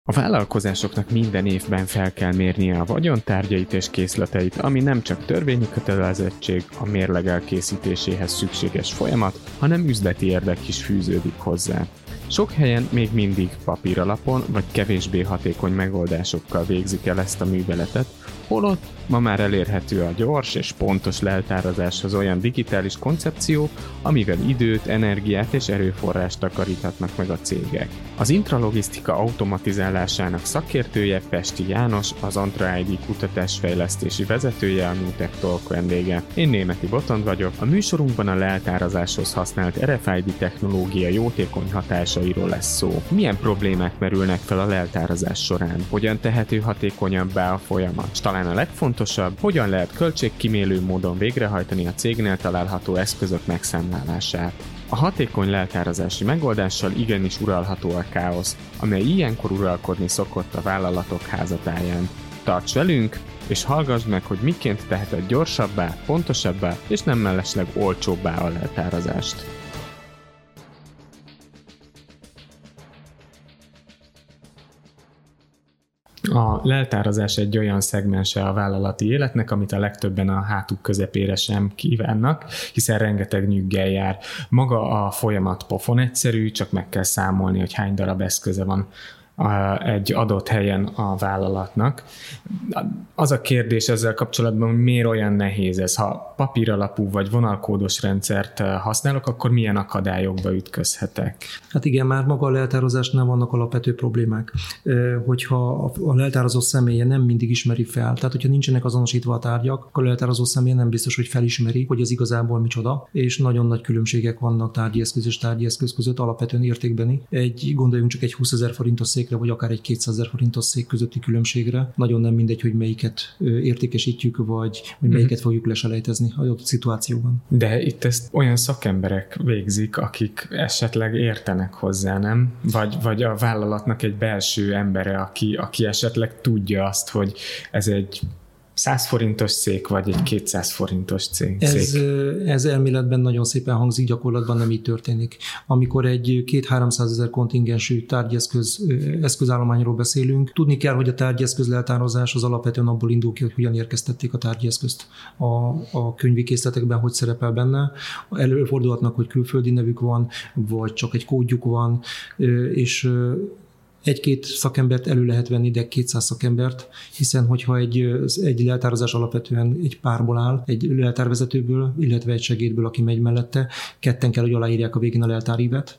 A vállalkozásoknak minden évben fel kell mérnie a vagyontárgyait és készleteit, ami nem csak törvényi kötelezettség, a mérleg elkészítéséhez szükséges folyamat, hanem üzleti érdek is fűződik hozzá. Sok helyen még mindig papíralapon vagy kevésbé hatékony megoldásokkal végzik el ezt a műveletet, holott ma már elérhető a gyors és pontos leltározáshoz olyan digitális koncepció, amivel időt, energiát és erőforrást takaríthatnak meg a cégek. Az intralogisztika automatizálásának szakértője Pesti János, az Antra ID kutatásfejlesztési vezetője, a Newtek Talk vendége. Én Németi Botond vagyok, a műsorunkban a leltározáshoz használt RFID technológia jótékony hatásairól lesz szó. Milyen problémák merülnek fel a leltározás során? Hogyan tehető hatékonyabbá a folyamat? És talán a legfontosabb, hogyan lehet költségkímélő módon végrehajtani a cégnél található eszközök megszámlálását. A hatékony leltározási megoldással igenis uralható a káosz, amely ilyenkor uralkodni szokott a vállalatok házatáján. Tarts velünk, és hallgassd meg, hogy miként teheted gyorsabbá, pontosabbá és nem mellesleg olcsóbbá a leltározást. A leltározás egy olyan szegmense a vállalati életnek, amit a legtöbben a hátuk közepére sem kívánnak, hiszen rengeteg nyüggel jár. Maga a folyamat pofon egyszerű, csak meg kell számolni, hogy hány darab eszköze van egy adott helyen a vállalatnak. Az a kérdés ezzel kapcsolatban, hogy miért olyan nehéz ez? Ha papíralapú vagy vonalkódos rendszert használok, akkor milyen akadályokba ütközhetek? Hát igen, már maga a leltározásnál vannak alapvető problémák. Hogyha a leltározó személye nem mindig ismeri fel, tehát hogyha nincsenek azonosítva a tárgyak, akkor a leltározó személye nem biztos, hogy felismeri, hogy ez igazából micsoda, és nagyon nagy különbségek vannak tárgyi eszköz és tárgyi eszköz között alapvetően értékbeni. Gondoljunk csak egy 20 000 forintos székre, vagy akár egy 200 000 forintos szék közötti különbségre. Nagyon nem mindegy, hogy melyiket értékesítjük, vagy melyiket fogjuk leselejtezni adott szituációban. De itt ezt olyan szakemberek végzik, akik esetleg értenek hozzá, nem? Vagy a vállalatnak egy belső embere, aki esetleg tudja azt, hogy ez egy 100 forintos szék, vagy egy 200 forintos szék. Ez elméletben nagyon szépen hangzik, gyakorlatban nem így történik. Amikor egy 200-300 000 kontingensű eszközállományról beszélünk, tudni kell, hogy a tárgyeszköz leltározás az alapvetően abból indul ki, hogy hogyan érkeztették a tárgyeszközt a könyvi készletekben, hogy szerepel benne. Előfordulhatnak, hogy külföldi nevük van, vagy csak egy kódjuk van, és egy-két szakembert elő lehet venni, de 200 szakembert, hiszen hogyha egy leltározás alapvetően egy párból áll, egy leltárvezetőből, illetve egy segédből, aki megy mellette, ketten kell, hogy aláírják a végén a leltárívet.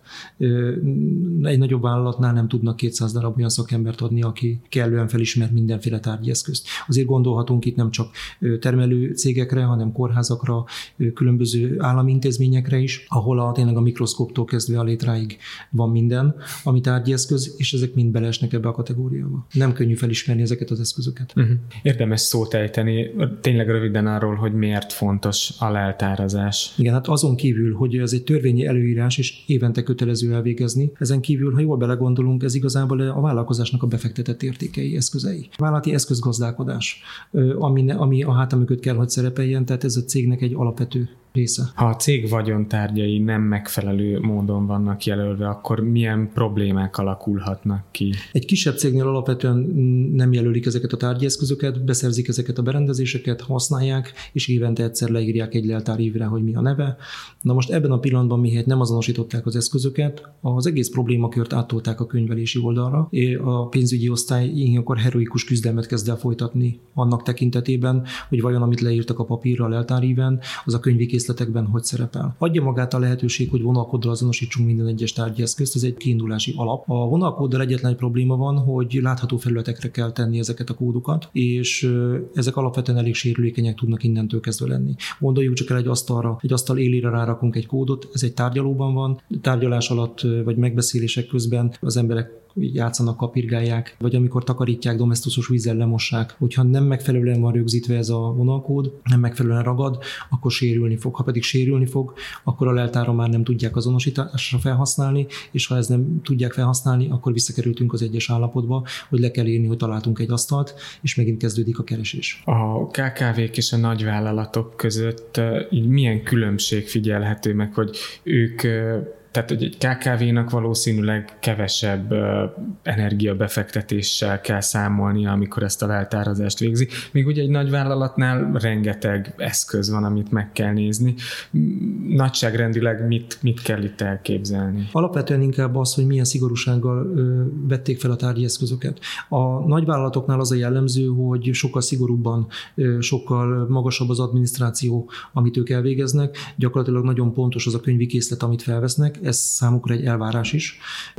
Egy nagyobb vállalatnál nem tudnak 200 darab olyan szakembert adni, aki kellően felismer mindenféle tárgyi eszközt. Azért gondolhatunk itt nem csak termelő cégekre, hanem kórházakra, különböző állami intézményekre is, ahol tényleg a mikroszkóptól kezdve a létráig van minden, ami tárgyi eszköz, és ezek mind beleesnek ebbe a kategóriába. Nem könnyű felismerni ezeket az eszközöket. Érdemes szót ejteni tényleg röviden arról, hogy miért fontos a leltározás. Igen, hát azon kívül, hogy ez egy törvényi előírás, és évente kötelező elvégezni, ezen kívül, ha jól belegondolunk, ez igazából a vállalkozásnak a befektetett értékei, eszközei. Vállalati eszközgazdálkodás, ami a háta mögött kell, hogy szerepeljen, tehát ez a cégnek egy alapvető része. Ha a cég vagyontárgyai nem megfelelő módon vannak jelölve, akkor milyen problémák alakulhatnak ki? Egy kisebb cégnél alapvetően nem jelölik ezeket a tárgyi eszközöket, beszerzik ezeket a berendezéseket, használják, és évente egyszer leírják egy leltárívre, hogy mi a neve. Na most ebben a pillanatban, mihelyt nem azonosították az eszközöket, az egész problémakört áttolták a könyvelési oldalra. A pénzügyi osztály ilyenkor heroikus küzdelmet kezd el folytatni annak tekintetében, hogy vajon amit leírtak a papírra a leltáríven, az a könyvi készletekben hogy szerepel. Adja magát a lehetőség, hogy vonalkóddal azonosítsunk minden egyes tárgyi eszközt, ez egy kiindulási alap. A vonalkóddal egyetlen egy probléma van, hogy látható felületekre kell tenni ezeket a kódokat, és ezek alapvetően elég sérülékenyek tudnak innentől kezdve lenni. Gondoljuk csak el egy asztal élére rárakunk egy kódot, ez egy tárgyalóban van, tárgyalás alatt vagy megbeszélések közben az emberek játszanak, kapirgálják, vagy amikor takarítják, domesztusos vízzel lemossák. Hogyha nem megfelelően van rögzítve ez a vonalkód, nem megfelelően ragad, akkor sérülni fog. Ha pedig sérülni fog, akkor a leltáron már nem tudják azonosításra felhasználni, és ha ezt nem tudják felhasználni, akkor visszakerültünk az egyes állapotba, hogy le kell írni, hogy találtunk egy asztalt, és megint kezdődik a keresés. A KKV-k és a nagyvállalatok között így milyen különbség figyelhető meg, hogy ők Tehát, hogy egy KKV-nak valószínűleg kevesebb energiabefektetéssel kell számolnia, amikor ezt a leltározást végzi. Míg ugye egy nagyvállalatnál rengeteg eszköz van, amit meg kell nézni. Nagyságrendileg mit kell itt elképzelni? Alapvetően inkább az, hogy milyen szigorúsággal vették fel a tárgyi eszközöket. A nagyvállalatoknál az a jellemző, hogy sokkal szigorúbban, sokkal magasabb az adminisztráció, amit ők elvégeznek. Gyakorlatilag nagyon pontos az a könyvi készlet, amit felvesznek. Ez számukra egy elvárás is.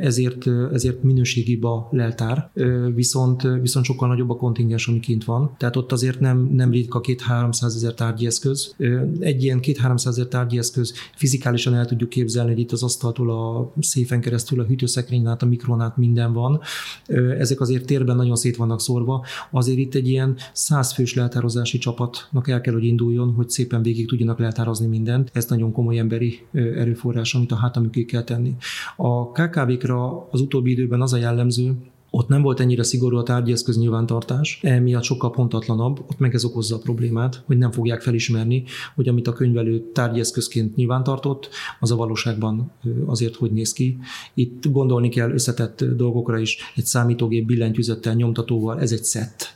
Ezért minőségibb a leltár, viszont sokkal nagyobb a kontingens, ami kint van. Tehát ott azért nem ritka 200-300 ezer tárgyi eszköz. Egy ilyen 200-300 ezer tárgyi eszköz fizikálisan el tudjuk képzelni, hogy itt az asztaltól a széfen keresztül a hűtőszekrényen át, a mikron át minden van. Ezek azért térben nagyon szét vannak szórva. Azért itt egy ilyen 100 fős leltározási csapatnak el kell, hogy induljon, hogy szépen végig tudjanak leltározni mindent. Ez nagyon komoly emberi erőforrás, amit a hátamüké kell tenni. A KKV-kra az utóbbi időben az a jellemző, ott nem volt ennyire szigorú a tárgyi eszköz nyilvántartás, emiatt sokkal pontatlanabb, ott meg ez okozza a problémát, hogy nem fogják felismerni, hogy amit a könyvelő tárgyi eszközként nyilvántartott, az a valóságban azért hogy néz ki. Itt gondolni kell összetett dolgokra is, egy számítógép billentyűzettel, nyomtatóval, ez egy szett.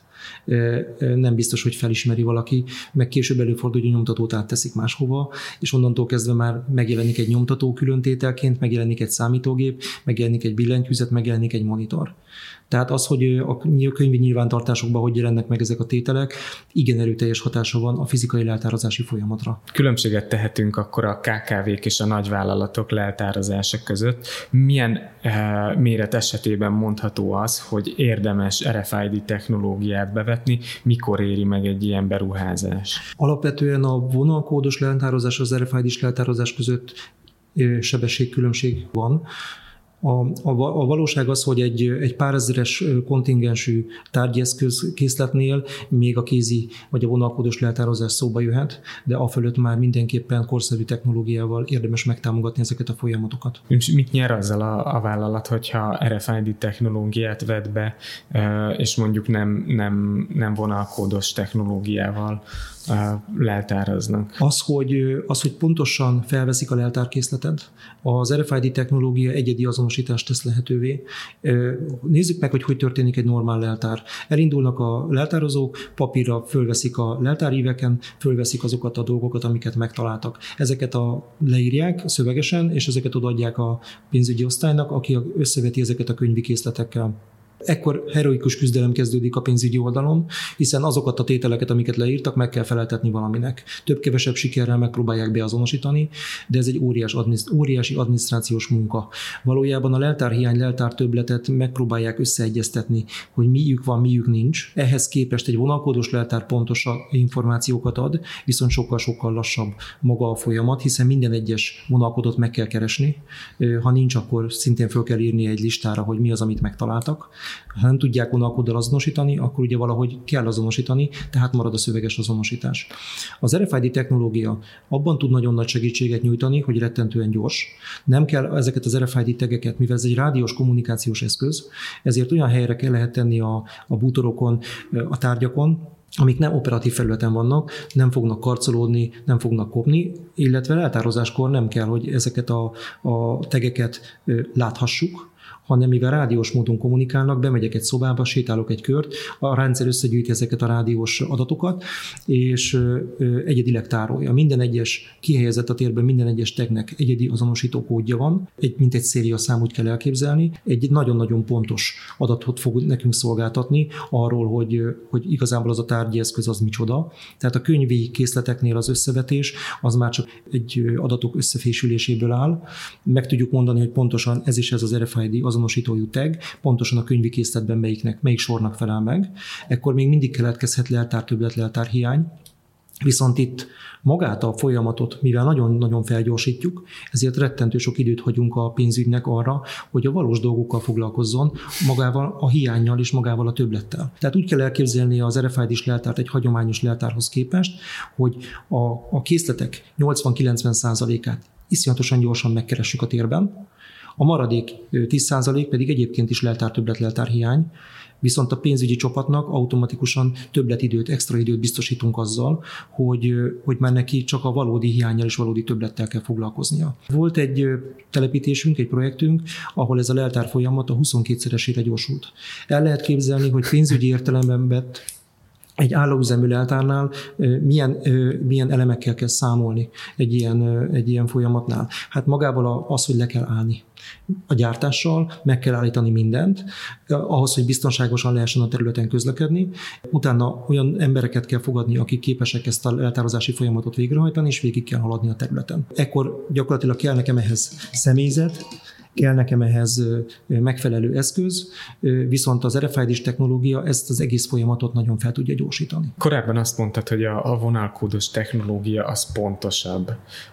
Nem biztos, hogy felismeri valaki, meg később előfordul, hogy a nyomtatót átteszik máshova, és onnantól kezdve már megjelenik egy nyomtató különtételként, megjelenik egy számítógép, megjelenik egy billentyűzet, megjelenik egy monitor. Tehát az, hogy a könyvi nyilvántartásokban hogy jelennek meg ezek a tételek, igen erőteljes hatása van a fizikai leltározási folyamatra. Különbséget tehetünk akkor a KKV-k és a nagyvállalatok leltározása között. Milyen méret esetében mondható az, hogy érdemes RFID technológiát bevetni, mikor éri meg egy ilyen beruházás? Alapvetően a vonalkódos leltározás az RFID-s leltározás között sebességkülönbség van. A valóság az, hogy egy pár ezeres kontingensű tárgyeszköz készletnél még a kézi vagy a vonalkódos leltározás szóba jöhet, de afölött már mindenképpen korszerű technológiával érdemes megtámogatni ezeket a folyamatokat. Mit nyer azzal a vállalat, hogyha RFID technológiát vet be, és mondjuk nem vonalkódos technológiával leltáraznak? Az, hogy pontosan felveszik a leltárkészletet, az RFID technológia egyedi azonosítást tesz lehetővé. Nézzük meg, hogy történik egy normál leltár. Elindulnak a leltározók, papírra fölveszik a leltáríveken, fölveszik azokat a dolgokat, amiket megtaláltak. Ezeket leírják szövegesen, és ezeket odaadják a pénzügyi osztálynak, aki összeveti ezeket a könyvi készletekkel. Ekkor heroikus küzdelem kezdődik a pénzügyi oldalon, hiszen azokat a tételeket, amiket leírtak, meg kell feleltetni valaminek. Több-kevesebb sikerrel megpróbálják beazonosítani, de ez egy óriási adminisztrációs munka. Valójában a leltárhiány, leltártöbbletet megpróbálják összeegyeztetni, hogy miük van, miük nincs. Ehhez képest egy vonalkódos leltár pontos információkat ad, viszont sokkal-sokkal lassabb maga a folyamat, hiszen minden egyes vonalkódot meg kell keresni. Ha nincs, akkor szintén föl kell írni egy listára, hogy mi az, amit megtaláltak. Ha nem tudják vonalkóddal azonosítani, akkor ugye valahogy kell azonosítani, tehát marad a szöveges azonosítás. Az RFID technológia abban tud nagyon nagy segítséget nyújtani, hogy rettentően gyors. Nem kell ezeket az RFID tegeket, mivel ez egy rádiós kommunikációs eszköz, ezért olyan helyre kell lehet tenni a bútorokon, a tárgyakon, amik nem operatív felületen vannak, nem fognak karcolódni, nem fognak kopni, illetve leltározáskor nem kell, hogy ezeket a tegeket láthassuk, hanem mivel rádiós módon kommunikálnak, bemegyek egy szobába, sétálok egy kört, a rendszer összegyűjti ezeket a rádiós adatokat, és egyedileg tárolja. Minden egyes kihelyezett a térben, minden egyes tagnek egyedi azonosító kódja van, mint egy szériaszám úgy kell elképzelni. Egy nagyon-nagyon pontos adatot fog nekünk szolgáltatni arról, hogy igazából az a tárgyi eszköz az micsoda. Tehát a könyvi készleteknél az összevetés az már csak egy adatok összefésüléséből áll. Meg tudjuk mondani, hogy pontosan ez is ez az RFID azonosítójú tag, pontosan a könyvi készletben melyik sornak felel meg. Ekkor még mindig keletkezhet leltártöbblet, leltárhiány. Viszont itt magát a folyamatot, mivel nagyon-nagyon felgyorsítjuk, ezért rettentő sok időt hagyunk a pénzügynek arra, hogy a valós dolgokkal foglalkozzon, magával a hiánnyal és magával a többlettel. Tehát úgy kell elképzelni az RFID-s leltárt egy hagyományos leltárhoz képest, hogy a készletek 80-90%-át iszonyatosan gyorsan megkeressük a térben, A maradék 10% pedig egyébként is leltár hiány, viszont a pénzügyi csapatnak automatikusan többletidőt, extra időt biztosítunk azzal, hogy már neki csak a valódi hiánnyal és valódi többlettel kell foglalkoznia. Volt egy telepítésünk, egy projektünk, ahol ez a leltár folyamat a 22-szeresére gyorsult. El lehet képzelni, hogy pénzügyi értelemben vett egy állóüzemű leltárnál milyen elemekkel kell számolni egy ilyen folyamatnál. Hát magával az, hogy le kell állni a gyártással, meg kell állítani mindent, ahhoz, hogy biztonságosan lehessen a területen közlekedni. Utána olyan embereket kell fogadni, akik képesek ezt a leltározási folyamatot végrehajtani, és végig kell haladni a területen. Ekkor gyakorlatilag kell nekem ehhez személyzet, kell nekem ehhez megfelelő eszköz, viszont az RFID-s technológia ezt az egész folyamatot nagyon fel tudja gyorsítani. Korábban azt mondtad, hogy a vonalkódos technológia az pontosabb.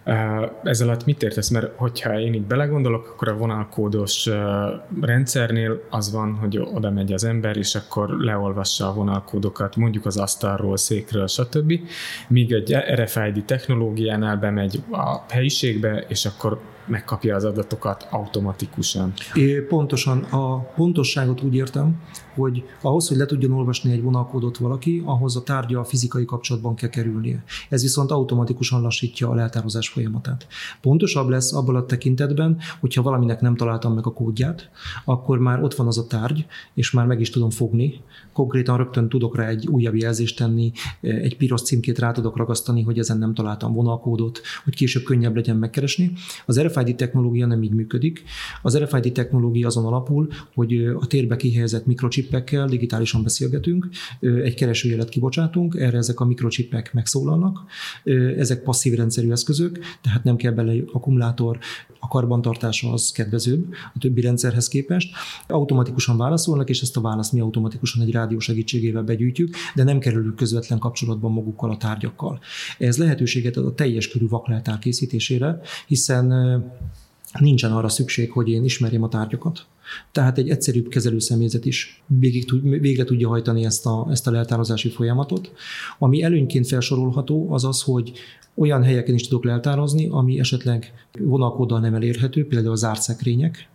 Ez alatt mit értesz? Mert hogyha én így belegondolok, akkor a vonalkódos rendszernél az van, hogy oda megy az ember, és akkor leolvassa a vonalkódokat, mondjuk az asztalról, székről, stb. Míg egy RFID technológiánál bemegy a helyiségbe, és akkor megkapja az adatokat automatikusan. Pontosan a pontosságot úgy értem, hogy ahhoz, hogy le tudjon olvasni egy vonalkódot valaki, ahhoz a tárgya fizikai kapcsolatban kell kerülnie. Ez viszont automatikusan lassítja a leltározás folyamatát. Pontosabb lesz abban a tekintetben, hogyha valaminek nem találtam meg a kódját, akkor már ott van az a tárgy, és már meg is tudom fogni. Konkrétan rögtön tudok rá egy újabb jelzést tenni, egy piros címkét rá tudok ragasztani, hogy ezen nem találtam vonalkódot, hogy később könnyebb legyen megkeresni. Az RFID technológia nem így működik. Az RFID technológia azon alapul, hogy a térbe kihelyezett mikrochippekkel digitálisan beszélgetünk, egy keresőjelet kibocsátunk, erre ezek a mikrochippek megszólalnak. Ezek passzív rendszerű eszközök, tehát nem kell bele akkumulátor, a karbantartása az kedvezőbb a többi rendszerhez képest. Automatikusan válaszolnak, és ezt a választ mi automatikusan egy rádió segítségével begyűjtjük, de nem kerülünk közvetlen kapcsolatban magukkal a tárgyakkal. Ez lehetőséget ad a teljes körű vakleltár készítésére, hiszen nincsen arra szükség, hogy én ismerjem a tárgyakat. Tehát egy egyszerűbb kezelőszemélyzet is végre tudja hajtani ezt a leltározási folyamatot. Ami előnyként felsorolható, az az, hogy olyan helyeken is tudok leltározni, ami esetleg vonalkóddal nem elérhető, például a zárt szekrények,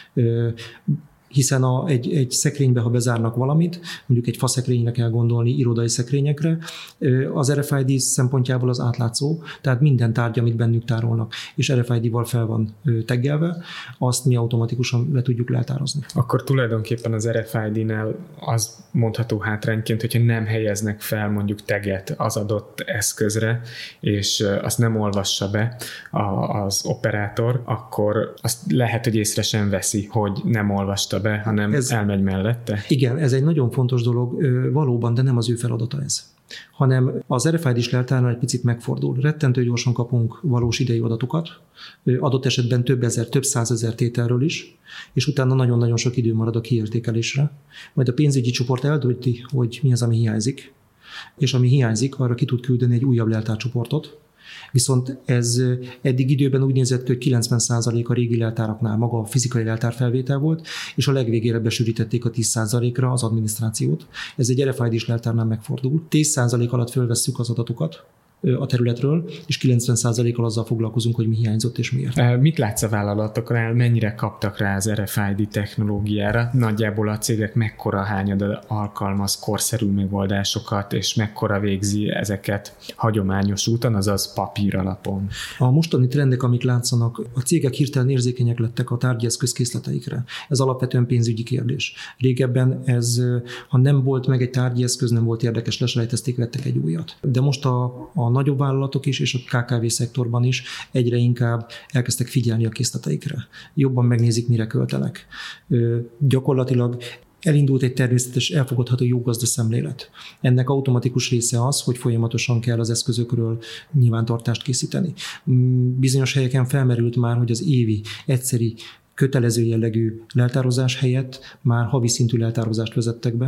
hiszen egy szekrénybe, ha bezárnak valamit, mondjuk egy faszekrényre kell gondolni, irodai szekrényekre, az RFID szempontjából az átlátszó, tehát minden tárgy, amit bennük tárolnak, és RFID-val fel van taggelve, azt mi automatikusan le tudjuk leltározni. Akkor tulajdonképpen az RFID-nál az mondható hátrányként, hogyha nem helyeznek fel mondjuk taget az adott eszközre, és azt nem olvassa be az operátor, akkor azt lehet, hogy észre sem veszi, hogy nem olvasta be, hanem elmegy mellette. Igen, ez egy nagyon fontos dolog valóban, de nem az ő feladata ez. Hanem az RFID-s leltárnál egy picit megfordul. Rettentő gyorsan kapunk valós idejű adatokat, adott esetben több százezer tételről is, és utána nagyon-nagyon sok idő marad a kiértékelésre. Majd a pénzügyi csoport eldönti, hogy mi az, ami hiányzik, és ami hiányzik, arra ki tud küldeni egy újabb leltárcsoportot. Viszont ez eddig időben úgy nézett ki, hogy 90% a régi leltáraknál maga a fizikai leltárfelvétel volt, és a legvégére besűrítették a 10%-ra az adminisztrációt. Ez egy RFID-s leltárnál megfordul. 10% alatt fölvesszük az adatokat a területről, és 90%-kal azzal foglalkozunk, hogy mi hiányzott és miért. Mit látsz a vállalatoknál, mennyire kaptak rá az RFID technológiára? Nagyjából a cégek mekkora hányada alkalmaz korszerű megoldásokat, és mekkora végzi ezeket hagyományos úton, azaz papír alapon? A mostani trendek, amik látszanak, a cégek hirtelen érzékenyek lettek a tárgyi eszközkészleteikre. Ez alapvetően pénzügyi kérdés. Régebben ez, ha nem volt meg egy tárgyi eszköz, nem volt érdekes, leselejtezték, vettek egy újat. De most a nagyobb vállalatok is, és a KKV szektorban is egyre inkább elkezdtek figyelni a készleteikre. Jobban megnézik, mire költenek. Gyakorlatilag elindult egy természetes, elfogadható jógazda szemlélet. Ennek automatikus része az, hogy folyamatosan kell az eszközökről nyilvántartást készíteni. Bizonyos helyeken felmerült már, hogy az évi egyszeri kötelező jellegű leltározás helyett már havi szintű leltározást vezettek be.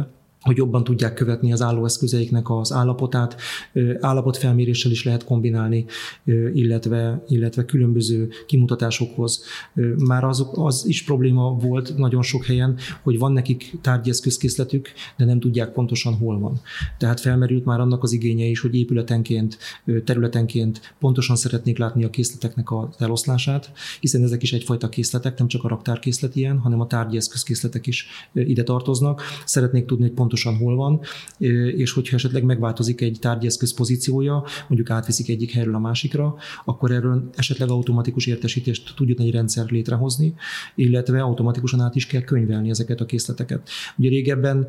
hogy jobban tudják követni az állóeszközeiknek az állapotát, állapotfelméréssel is lehet kombinálni, illetve különböző kimutatásokhoz. Már az is probléma volt nagyon sok helyen, hogy van nekik tárgyi eszközkészletük, de nem tudják pontosan hol van. Tehát felmerült már annak az igénye is, hogy épületenként, területenként pontosan szeretnék látni a készleteknek az eloszlását, hiszen ezek is egyfajta készletek, nem csak a raktárkészlet ilyen, hanem a tárgyi eszközkészletek is ide tartoznak. Szeretnék tudni, hogy pontosan hol van, és hogyha esetleg megváltozik egy tárgyeszköz pozíciója, mondjuk átviszik egyik helyről a másikra, akkor erről esetleg automatikus értesítést tudjon egy rendszer létrehozni, illetve automatikusan át is kell könyvelni ezeket a készleteket. Ugye régebben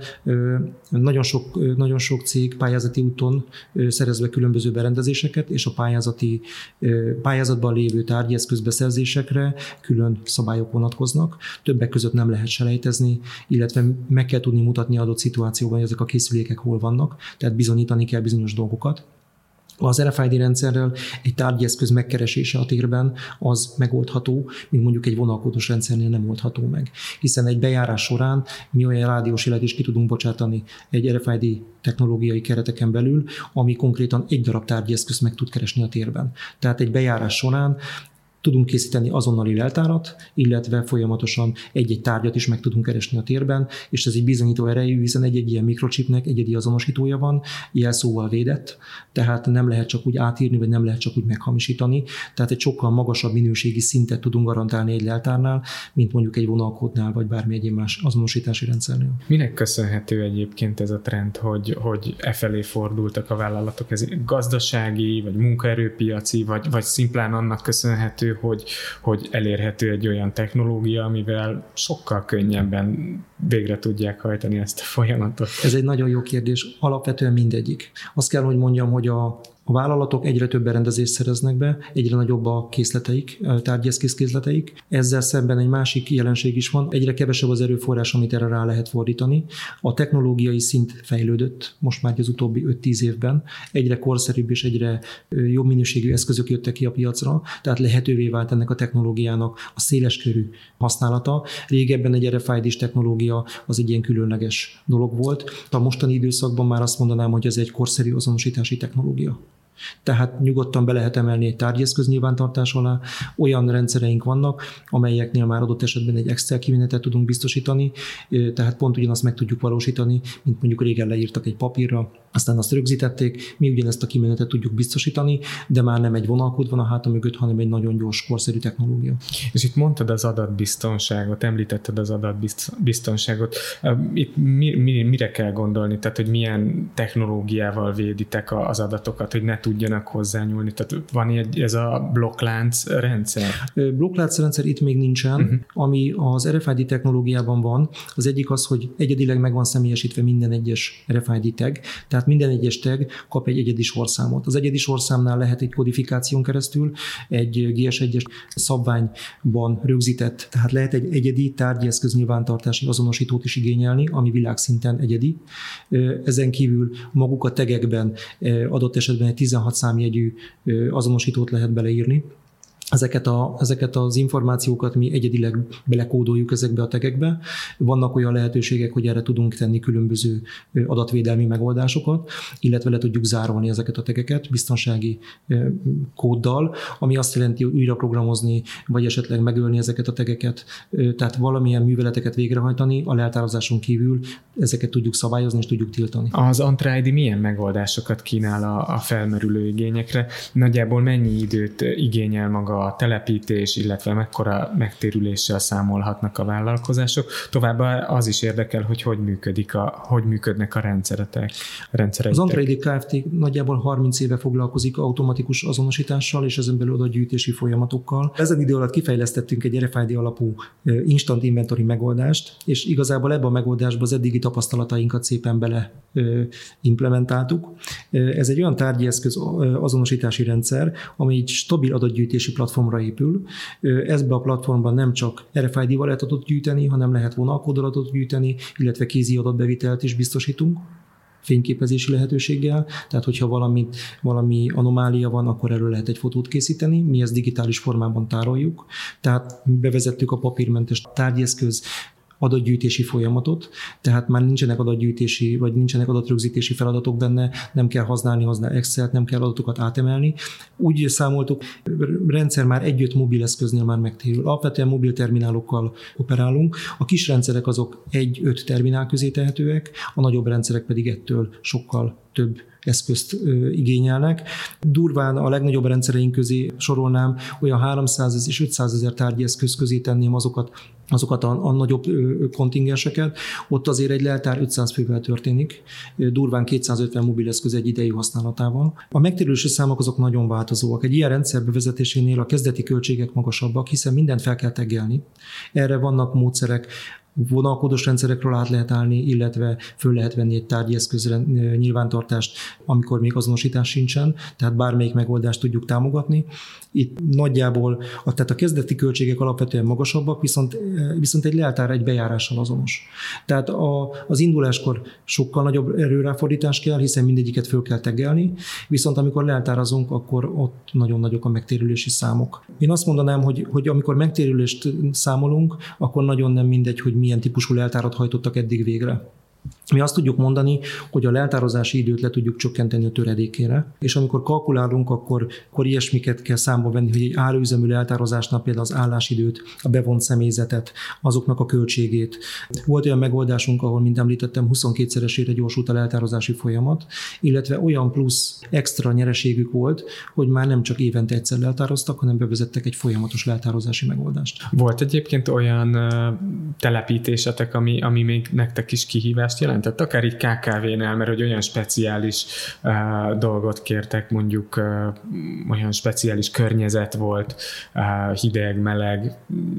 nagyon sok cég pályázati úton szerez be különböző berendezéseket, és a pályázatban lévő tárgyeszköz beszerzésekre külön szabályok vonatkoznak. Többek között nem lehet selejtezni, illetve meg kell tudni mutatni adott szituációban, hogy ezek a készülékek hol vannak, tehát bizonyítani kell bizonyos dolgokat. Az RFID rendszerrel egy tárgyeszköz megkeresése a térben az megoldható, mint mondjuk egy vonalkódos rendszernél nem oldható meg. Hiszen egy bejárás során mi olyan rádiós jelet is ki tudunk bocsátani egy RFID technológiai kereteken belül, ami konkrétan egy darab tárgyeszközt meg tud keresni a térben. Tehát egy bejárás során tudunk készíteni azonnali leltárat, illetve folyamatosan egy-egy tárgyat is meg tudunk keresni a térben, és ez egy bizonyító erejű, hiszen egy-egy ilyen mikrochipnek egyedi azonosítója van, jelszóval védett, tehát nem lehet csak úgy átírni, vagy nem lehet csak úgy meghamisítani, tehát egy sokkal magasabb minőségi szintet tudunk garantálni egy leltárnál, mint mondjuk egy vonalkódnál, vagy bármi egyéb más azonosítási rendszernél. Minek köszönhető egyébként ez a trend, hogy felé fordultak a vállalatok? Ez gazdasági, vagy munkaerőpiaci, vagy szimplán annak köszönhető, hogy elérhető egy olyan technológia, amivel sokkal könnyebben végre tudják hajtani ezt a folyamatot? Ez egy nagyon jó kérdés. Alapvetően mindegyik. Azt kell, hogy mondjam, hogy a vállalatok egyre több berendezést szereznek be, egyre nagyobb a készleteik, tárgyeszközkészleteik. Ezzel szemben egy másik jelenség is van, egyre kevesebb az erőforrás, amit erre rá lehet fordítani. A technológiai szint fejlődött most már az utóbbi 5-10 évben. Egyre korszerűbb és egyre jobb minőségű eszközök jöttek ki a piacra, tehát lehetővé vált ennek a technológiának a széleskörű használata. Régebben egy RFID-s technológia az egy ilyen különleges dolog volt. A mostani időszakban már azt mondanám, hogy ez egy korszerű azonosítási technológia. Tehát nyugodtan be lehet emelni egy tárgyeszköz nyilvántartás alá. Olyan rendszereink vannak, amelyeknél már adott esetben egy Excel kimenetet tudunk biztosítani, tehát pont ugyanazt meg tudjuk valósítani, mint mondjuk régen leírtak egy papírra, aztán azt rögzítették, mi ugyanezt a kimenetet tudjuk biztosítani, de már nem egy vonalkód van a háta mögött, hanem egy nagyon gyors, korszerű technológia. És itt mondtad az adatbiztonságot, említetted az adatbiztonságot. Itt mire kell gondolni? Tehát, hogy milyen technológiával véditek az adatokat, hogy ne tudjanak hozzányúlni? Tehát van ez a blokklánc rendszer? Blokklánc rendszer itt még nincsen. Ami az RFID technológiában van, az egyik az, hogy egyedileg meg van személyesítve minden egyes RFID tag, tehát minden egyes tag kap egy egyedi sorszámot. Az egyedi sorszámnál lehet egy kodifikáción keresztül egy GS1-es szabványban rögzített, tehát lehet egy egyedi tárgyi eszköz nyilvántartási azonosítót is igényelni, ami világszinten egyedi. Ezen kívül maguk a tagekben adott esetben egy 16 számjegyű azonosítót lehet beleírni. Ezeket az információkat mi egyedileg belekódoljuk ezekbe a tagekbe. Vannak olyan lehetőségek, hogy erre tudunk tenni különböző adatvédelmi megoldásokat, illetve le tudjuk zárolni ezeket a tageket biztonsági kóddal, ami azt jelenti, hogy újra programozni, vagy esetleg megölni ezeket a tageket, tehát valamilyen műveleteket végrehajtani, a leltározáson kívül ezeket tudjuk szabályozni és tudjuk tiltani. Az Entra ID milyen megoldásokat kínál a felmerülő igényekre? Nagyjából mennyi időt igényel maga a telepítés, illetve mekkora megtérüléssel számolhatnak a vállalkozások. Továbbá az is érdekel, hogy működnek a rendszereitek. Az Entra ID Kft. Nagyjából 30 éve foglalkozik automatikus azonosítással és ezen belül adatgyűjtési folyamatokkal. Ezen idő alatt kifejlesztettünk egy RFID alapú instant inventory megoldást, és igazából ebben a megoldásban az eddigi tapasztalatainkat szépen bele implementáltuk. Ez egy olyan tárgyi eszköz azonosítási rendszer, ami egy stabil adatgyűjtési platformra épül. Ezben a platformban nem csak RFID-val lehet adatot gyűjteni, hanem lehet vonalkódolatot gyűjteni, illetve kézi adatbevitelt is biztosítunk fényképezési lehetőséggel, tehát hogyha valami anomália van, akkor erről lehet egy fotót készíteni, mi ezt digitális formában tároljuk, tehát bevezettük a papírmentes tárgyeszköz adatgyűjtési folyamatot, tehát már nincsenek adatgyűjtési, vagy nincsenek adatrögzítési feladatok benne, nem kell használni hozzá Excel-t, nem kell adatokat átemelni. Úgy számoltuk, rendszer már 1-5 mobileszköznél már megtérül. Alapvetően mobil terminálokkal operálunk, a kis rendszerek azok 1-5 terminál közé tehetőek, a nagyobb rendszerek pedig ettől sokkal több eszközt igényelnek. Durván a legnagyobb rendszereink közé sorolnám, olyan 300 és 500 ezer tárgyi eszköz közé tenném azokat a nagyobb kontingenseket. Ott azért egy leltár 500 fővel történik, durván 250 mobileszköz egy idejű használatával. A megtérülési számok azok nagyon változóak. Egy ilyen rendszer bevezetésénél a kezdeti költségek magasabbak, hiszen mindent fel kell taggelni. Erre vannak módszerek, vonalkódos rendszerekről át lehet állni, illetve föl lehet venni egy tárgyi eszközre nyilvántartást, amikor még azonosítás sincsen, tehát bármelyik megoldást tudjuk támogatni. Itt nagyjából tehát a kezdeti költségek alapvetően magasabbak, viszont egy leltár egy bejárással azonos. Tehát az induláskor sokkal nagyobb erőráfordítás kell, hiszen mindegyiket föl kell taggelni, viszont amikor leltárazunk, akkor ott nagyon nagyok a megtérülési számok. Én azt mondanám, hogy amikor megtérülést számolunk, akkor nagyon nem mindegy, hogy milyen típusú leltárat hajtottak eddig végre. Mi azt tudjuk mondani, hogy a leltározási időt le tudjuk csökkenteni a töredékére, és amikor kalkulálunk, akkor ilyesmiket kell számba venni, hogy egy áraüzemű leltározásnál például az állásidőt, a bevont személyzetet, azoknak a költségét. Volt olyan megoldásunk, ahol, mint említettem, 22-szeresére gyorsult a leltározási folyamat, illetve olyan plusz extra nyereségük volt, hogy már nem csak évente egyszer leltároztak, hanem bevezettek egy folyamatos leltározási megoldást. Volt egyébként olyan telepítésetek, ami még nektek is kihívást jelentett, akár így KKV-nál, mert hogy olyan speciális dolgot kértek, mondjuk olyan speciális környezet volt, hideg, meleg,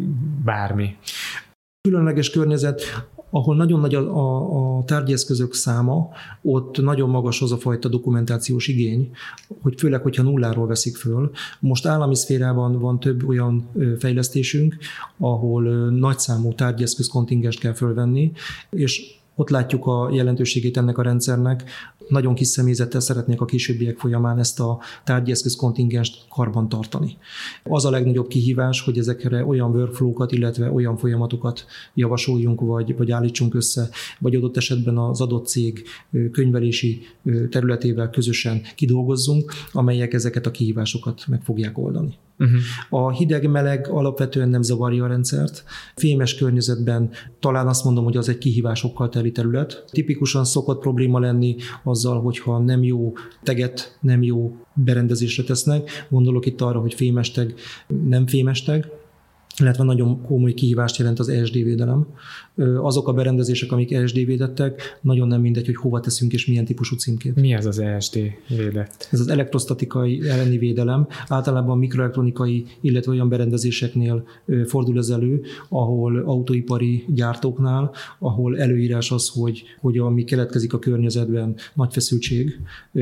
bármi. Különleges környezet, ahol nagyon nagy a tárgyeszközök száma, ott nagyon magas az a fajta dokumentációs igény, hogy főleg, hogyha nulláról veszik föl. Most állami szférában van több olyan fejlesztésünk, ahol nagyszámú tárgyeszköz kontingenst kell fölvenni, és ott látjuk a jelentőségét ennek a rendszernek. Nagyon kis személyzettel szeretnék a későbbiek folyamán ezt a tárgyeszköz kontingenst karban tartani. Az a legnagyobb kihívás, hogy ezekre olyan workflow-kat, illetve olyan folyamatokat javasoljunk, vagy állítsunk össze, vagy adott esetben az adott cég könyvelési területével közösen kidolgozzunk, amelyek ezeket a kihívásokat meg fogják oldani. Uh-huh. A hideg-meleg alapvetően nem zavarja a rendszert. Fémes környezetben talán azt mondom, hogy az egy kihívásokkal teli terület. Tipikusan szokott probléma lenni azzal, hogyha nem jó teget, nem jó berendezésre tesznek. Gondolok itt arra, hogy fémesteg, nem fémesteg, illetve nagyon komoly kihívást jelent az ESD védelem. Azok a berendezések, amik ESD védettek, nagyon nem mindegy, hogy hova teszünk és milyen típusú címkét. Mi az ESD védett? Ez az elektrostatikai elleni védelem. Általában mikroelektronikai, illetve olyan berendezéseknél fordul ez elő, ahol autóipari gyártóknál, ahol előírás az, hogy ami keletkezik a környezetben, nagy feszültség,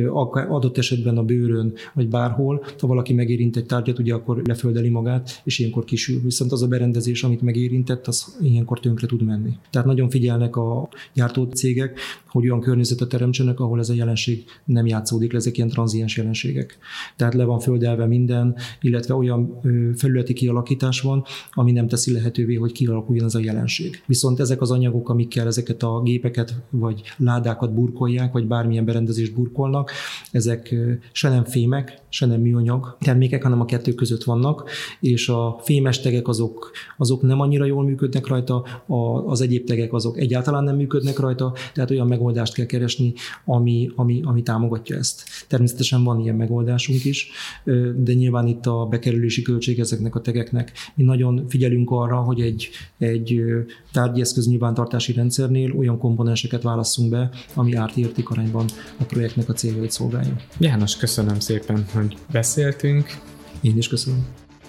adott esetben a bőrön, vagy bárhol, ha valaki megérint egy tárgyat, ugye akkor leföldeli magát, és ilyenkor kisül. Viszont az a berendezés, amit megérintett, az ilyenkor tönkre tud menni. Tehát nagyon figyelnek a gyártó cégek, hogy olyan környezetet teremtsenek, ahol ez a jelenség nem játszódik le, ezek ilyen tranziens jelenségek. Tehát le van földelve minden, illetve olyan felületi kialakítás van, ami nem teszi lehetővé, hogy kialakuljon ez a jelenség. Viszont ezek az anyagok, amikkel ezeket a gépeket vagy ládákat burkolják, vagy bármilyen berendezést burkolnak, ezek se nem fémek, se nem műanyag termékek, hanem a kettő között vannak, és a fémes tegek azok nem annyira jól működnek rajta, az egyéb tegek azok egyáltalán nem működnek rajta, tehát olyan megoldást kell keresni, ami támogatja ezt. Természetesen van ilyen megoldásunk is, de nyilván itt a bekerülési költség ezeknek a tegeknek. Mi nagyon figyelünk arra, hogy egy tárgyi eszköz nyilvántartási rendszernél olyan komponenseket válasszunk be, ami árti-érték arányban a projektnek a céljait szolgálja. János, köszönöm szépen, hogy beszéltünk. Én is köszönöm.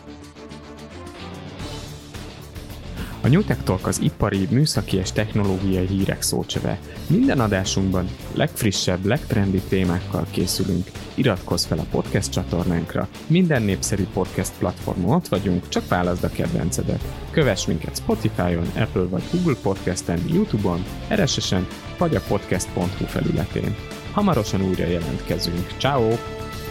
A Newtek Talk az ipari, műszaki és technológiai hírek szócsöve. Minden adásunkban legfrissebb, legtrendibb témákkal készülünk. Iratkozz fel a podcast csatornánkra. Minden népszerű podcast platformon ott vagyunk, csak válaszd a kedvencedet. Kövess minket Spotify-on, Apple vagy Google Podcasten, YouTube-on, RSS-en vagy a podcast.hu felületén. Hamarosan újra jelentkezünk. Ciao.